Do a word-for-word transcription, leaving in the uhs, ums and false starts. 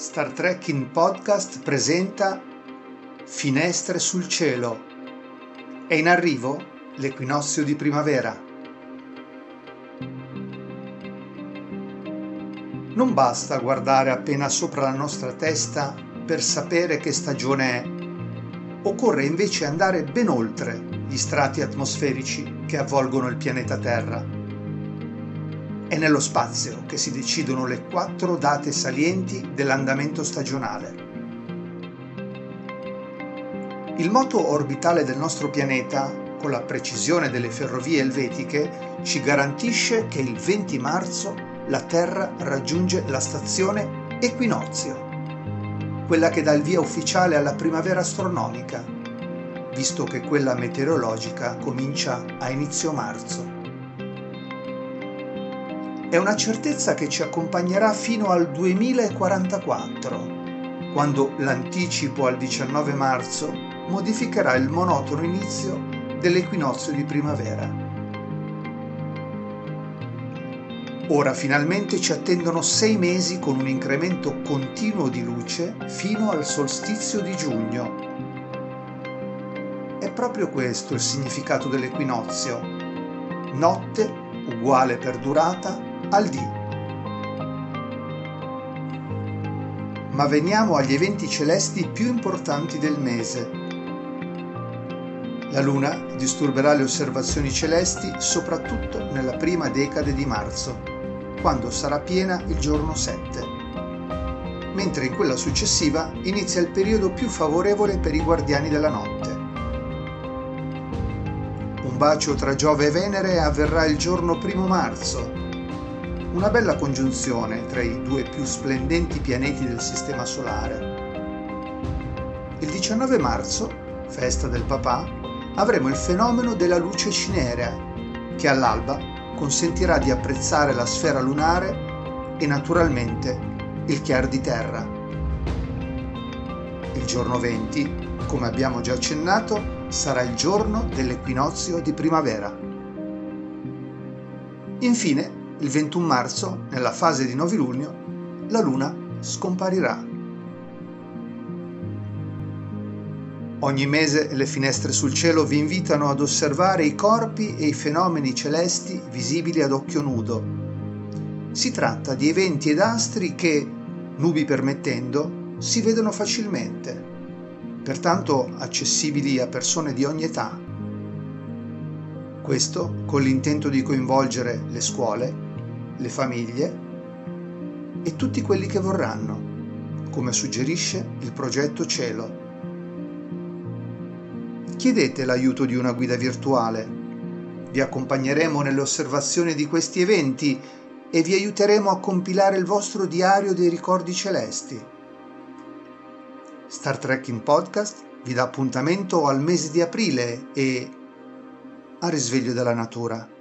Star Trek in Podcast presenta Finestre sul cielo. È in arrivo l'equinozio di primavera. Non basta guardare appena sopra la nostra testa per sapere che stagione è. Occorre invece andare ben oltre gli strati atmosferici che avvolgono il pianeta Terra. È nello spazio che si decidono le quattro date salienti dell'andamento stagionale. Il moto orbitale del nostro pianeta, con la precisione delle ferrovie elvetiche, ci garantisce che il venti marzo la Terra raggiunge la stazione equinozio, quella che dà il via ufficiale alla primavera astronomica, visto che quella meteorologica comincia a inizio marzo. È una certezza che ci accompagnerà fino al duemilaquarantaquattro, quando l'anticipo al diciannove marzo modificherà il monotono inizio dell'equinozio di primavera. Ora finalmente ci attendono sei mesi con un incremento continuo di luce fino al solstizio di giugno. È proprio questo il significato dell'equinozio: notte uguale per durata al dì. Ma veniamo agli eventi celesti più importanti del mese. La Luna disturberà le osservazioni celesti soprattutto nella prima decade di marzo, quando sarà piena il giorno sette, mentre in quella successiva inizia il periodo più favorevole per i guardiani della notte. Un bacio tra Giove e Venere avverrà il giorno primo marzo, una bella congiunzione tra i due più splendenti pianeti del Sistema Solare. Il diciannove marzo, festa del papà, avremo il fenomeno della luce cinerea, che all'alba consentirà di apprezzare la sfera lunare e naturalmente il chiar di terra. Il giorno venti, come abbiamo già accennato, sarà il giorno dell'equinozio di primavera. Infine, il ventuno marzo, nella fase di novilunio, la Luna scomparirà. Ogni mese le finestre sul cielo vi invitano ad osservare i corpi e i fenomeni celesti visibili ad occhio nudo. Si tratta di eventi ed astri che, nubi permettendo, si vedono facilmente, pertanto accessibili a persone di ogni età. Questo con l'intento di coinvolgere le scuole, le famiglie e tutti quelli che vorranno, come suggerisce il progetto Cielo. Chiedete l'aiuto di una guida virtuale. Vi accompagneremo nelle osservazioni di questi eventi e vi aiuteremo a compilare il vostro diario dei ricordi celesti. Star Trek in Podcast vi dà appuntamento al mese di aprile e a risveglio della natura.